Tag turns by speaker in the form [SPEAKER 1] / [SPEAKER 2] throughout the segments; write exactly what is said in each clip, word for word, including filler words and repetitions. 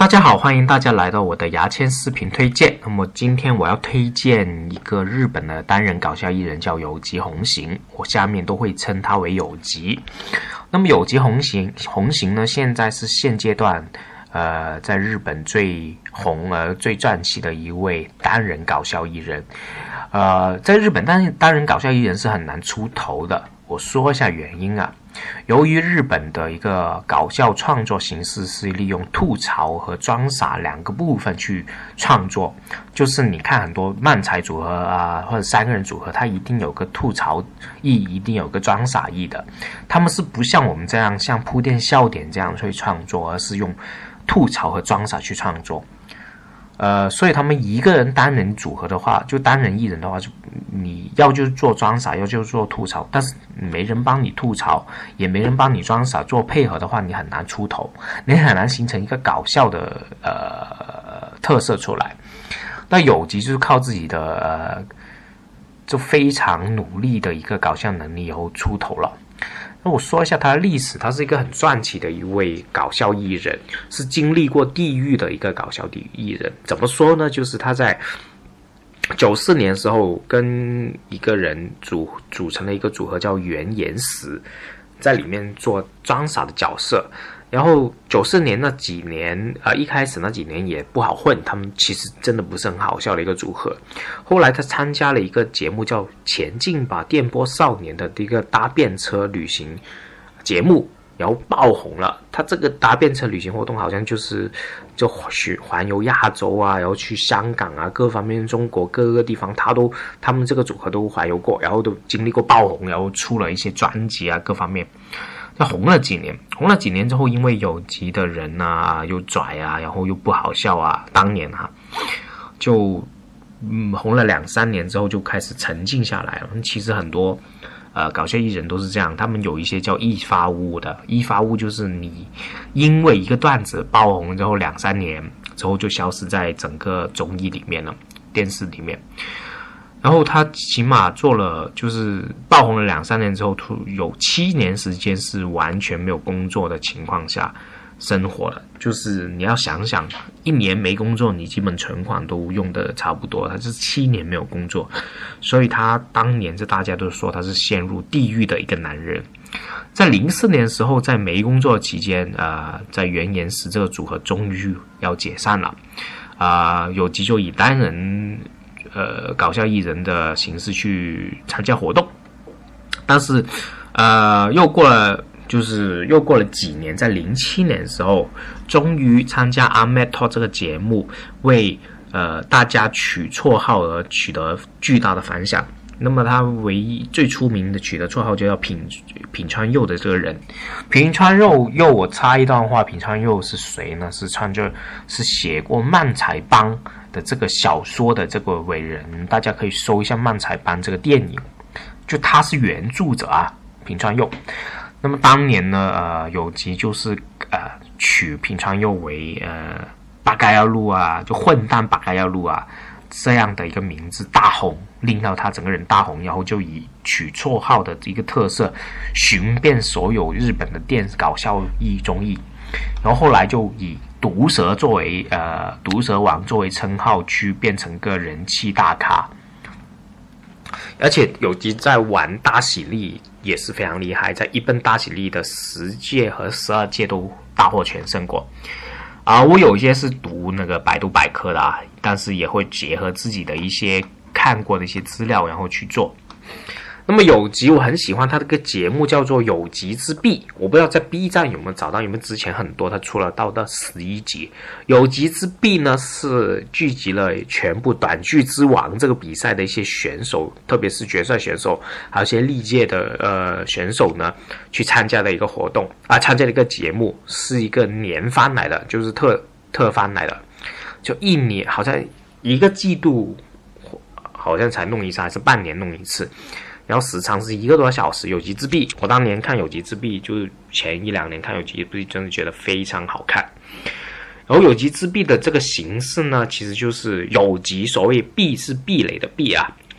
[SPEAKER 1] 大家好，欢迎大家来到我的牙签视频推荐。那么今天我要推荐一个日本的单人搞笑艺人，叫有吉弘行，我下面都会称他为有吉。那么有吉弘行弘行呢，现在是现阶段呃在日本最红而最赚气的一位单人搞笑艺人。呃，在日本单单人搞笑艺人是很难出头的。我说一下原因啊。由于日本的一个搞笑创作形式是利用吐槽和装傻两个部分去创作，就是你看很多漫才组合啊，或者三个人组合，它一定有个吐槽意，一定有个装傻意的。他们是不像我们这样像铺垫笑点这样去创作，而是用吐槽和装傻去创作。呃，所以他们一个人单人组合的话，就单人艺人的话，就你要就是做装傻，要就是做吐槽，但是没人帮你吐槽，也没人帮你装傻，做配合的话，你很难出头，你很难形成一个搞笑的呃特色出来。那有吉就是靠自己的呃，就非常努力的一个搞笑能力，然后出头了。那我说一下他的历史，他是一个很传奇的一位搞笑艺人，是经历过地狱的一个搞笑艺人。怎么说呢？就是他在九四年的时候跟一个人组组成了一个组合叫原岩石，在里面做装傻的角色。然后九四年那几年呃一开始那几年也不好混，他们其实真的不是很好笑的一个组合。后来他参加了一个节目叫前进吧电波少年的一个搭便车旅行节目，然后爆红了。他这个搭便车旅行活动好像就是就环游亚洲啊，然后去香港啊，各方面中国各个地方他都他们这个组合都环游过，然后都经历过爆红，然后出了一些专辑啊，各方面他红了几年，红了几年之后，因为有吉的人啊又拽啊，然后又不好笑啊，当年哈、啊、就嗯红了两三年之后就开始沉静下来了。其实很多呃搞笑艺人都是这样，他们有一些叫一发屋的，一发屋就是你因为一个段子爆红之后两三年之后就消失在整个综艺里面了，电视里面。然后他起码做了，就是爆红了两三年之后，有七年时间是完全没有工作的情况下生活的。就是你要想想，一年没工作，你基本存款都用的差不多。他是七年没有工作，所以他当年这大家都说他是陷入地狱的一个男人。在零四年的时候，在没工作期间，呃，在原岩石这个组合终于要解散了，啊、呃，有吉就以单人。呃，搞笑艺人的形式去参加活动，但是，呃，又过了，就是又过了几年，在零七年的时候，终于参加阿妹 Talk 这个节目，为呃大家取绰号而取得巨大的反响。那么他唯一最出名的取得绰号就叫品品川佑的这个人。品川佑佑，我插一段话，品川佑是谁呢？是穿着是写过漫才帮的这个小说的这个伟人，大家可以搜一下漫才帮这个电影，就他是原著者啊，品川佑。那么当年呢，呃，有吉就是呃取品川佑为呃八嘎要路啊，就混蛋八嘎要路啊。这样的一个名字大红，令到他整个人大红，然后就以取绰号的一个特色寻遍所有日本的电搞笑艺综艺，然后后来就以毒舌作为呃毒舌王作为称号，去变成个人气大咖。而且有吉在玩大喜力也是非常厉害，在一本大喜力的十届和十二届都大获全胜过。啊，我有一些是读那个百度百科的啊，但是也会结合自己的一些看过的一些资料，然后去做。那么有吉我很喜欢他这个节目叫做有吉之壁，我不知道在 B 站有没有找到，有没有之前很多他出了到到十一集。有吉之壁呢是聚集了全部短剧之王这个比赛的一些选手，特别是决赛选手，还有一些历届的呃选手呢去参加的一个活动啊，参加的一个节目，是一个年番来的，就是特特番来的，就一年好像一个季度好像才弄一次，还是半年弄一次。然后时长是一个多小时。有吉之壁，我当年看有吉之壁，就是前一两年看有吉之壁，真的觉得非常好看。然后有吉之壁的这个形式呢，其实就是有吉，所谓壁是壁垒的壁啊，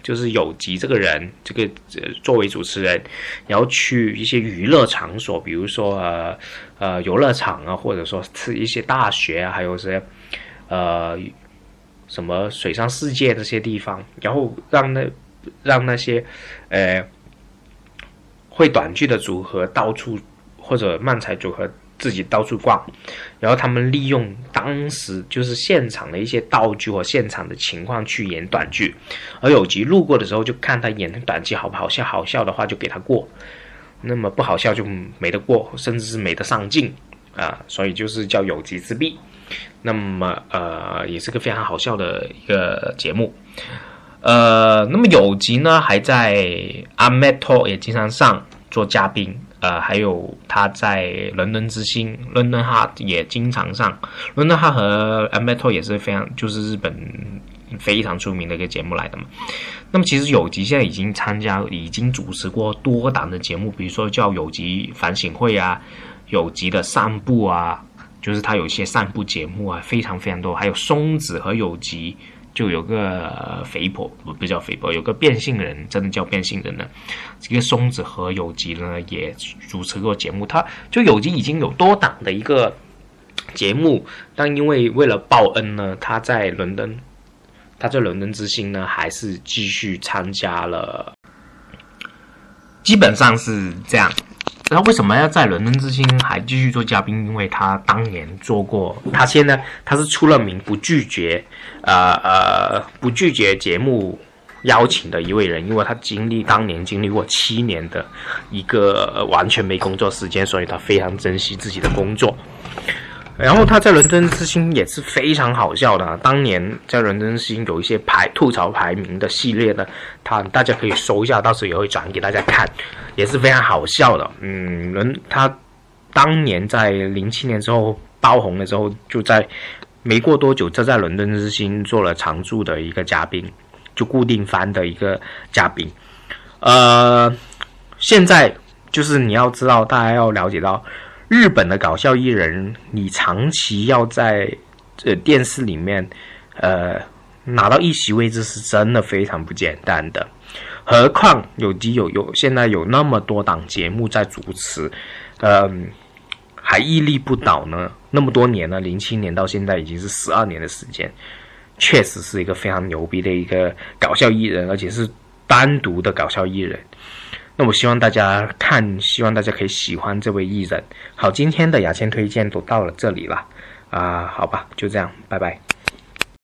[SPEAKER 1] 就是有吉这个人，这个、呃、作为主持人，然后去一些娱乐场所，比如说呃呃游乐场啊，或者说是一些大学啊，还有些呃什么水上世界这些地方，然后让那让那些呃会短剧的组合到处或者漫才组合自己到处逛，然后他们利用当时就是现场的一些道具或现场的情况去演短剧，而有吉路过的时候就看他演的短剧好不好笑，好笑的话就给他过，那么不好笑就没得过，甚至是没得上镜啊，所以就是叫有吉之壁。那么呃也是个非常好笑的一个节目。呃，那么有吉呢还在阿麦托也经常上做嘉宾。呃，还有他在伦敦之星 London Heart 也经常上 London Heart 和 Ameto 也是非常就是日本非常出名的一个节目来的嘛。那么其实有吉现在已经参加已经主持过多档的节目，比如说叫有吉反省会啊，有吉的散步啊，就是他有一些散步节目啊，非常非常多，还有松子和有吉就有个肥婆，不叫肥婆，有个变性人，真的叫变性人呢。这个松子和有吉呢也主持过节目，他就有吉已经有多档的一个节目，但因为为了报恩呢，他在伦敦，他在伦敦之星呢还是继续参加了，基本上是这样。然后为什么要在伦敦之星还继续做嘉宾？因为他当年做过，他现在他是出了名不拒绝，呃呃不拒绝节目邀请的一位人，因为他经历当年经历过七年的一个、呃、完全没工作时间，所以他非常珍惜自己的工作。然后他在伦敦之星也是非常好笑的、啊，当年在伦敦之星有一些排吐槽排名的系列呢，他大家可以搜一下，到时候也会转给大家看，也是非常好笑的。嗯，人他当年在零七年之后爆红的时候，就在没过多久就在伦敦之星做了常驻的一个嘉宾，就固定番的一个嘉宾。呃，现在就是你要知道，大家要了解到。日本的搞笑艺人，你长期要在呃电视里面，呃拿到一席位置是真的非常不简单的。何况有机有有现在有那么多档节目在主持，呃还屹立不倒呢。那么多年了，零七年到现在已经是十二年的时间，确实是一个非常牛逼的一个搞笑艺人，而且是单独的搞笑艺人。那我希望大家看，希望大家可以喜欢这位艺人。好，今天的牙签推荐都到了这里了啊、呃，好吧，就这样，拜拜。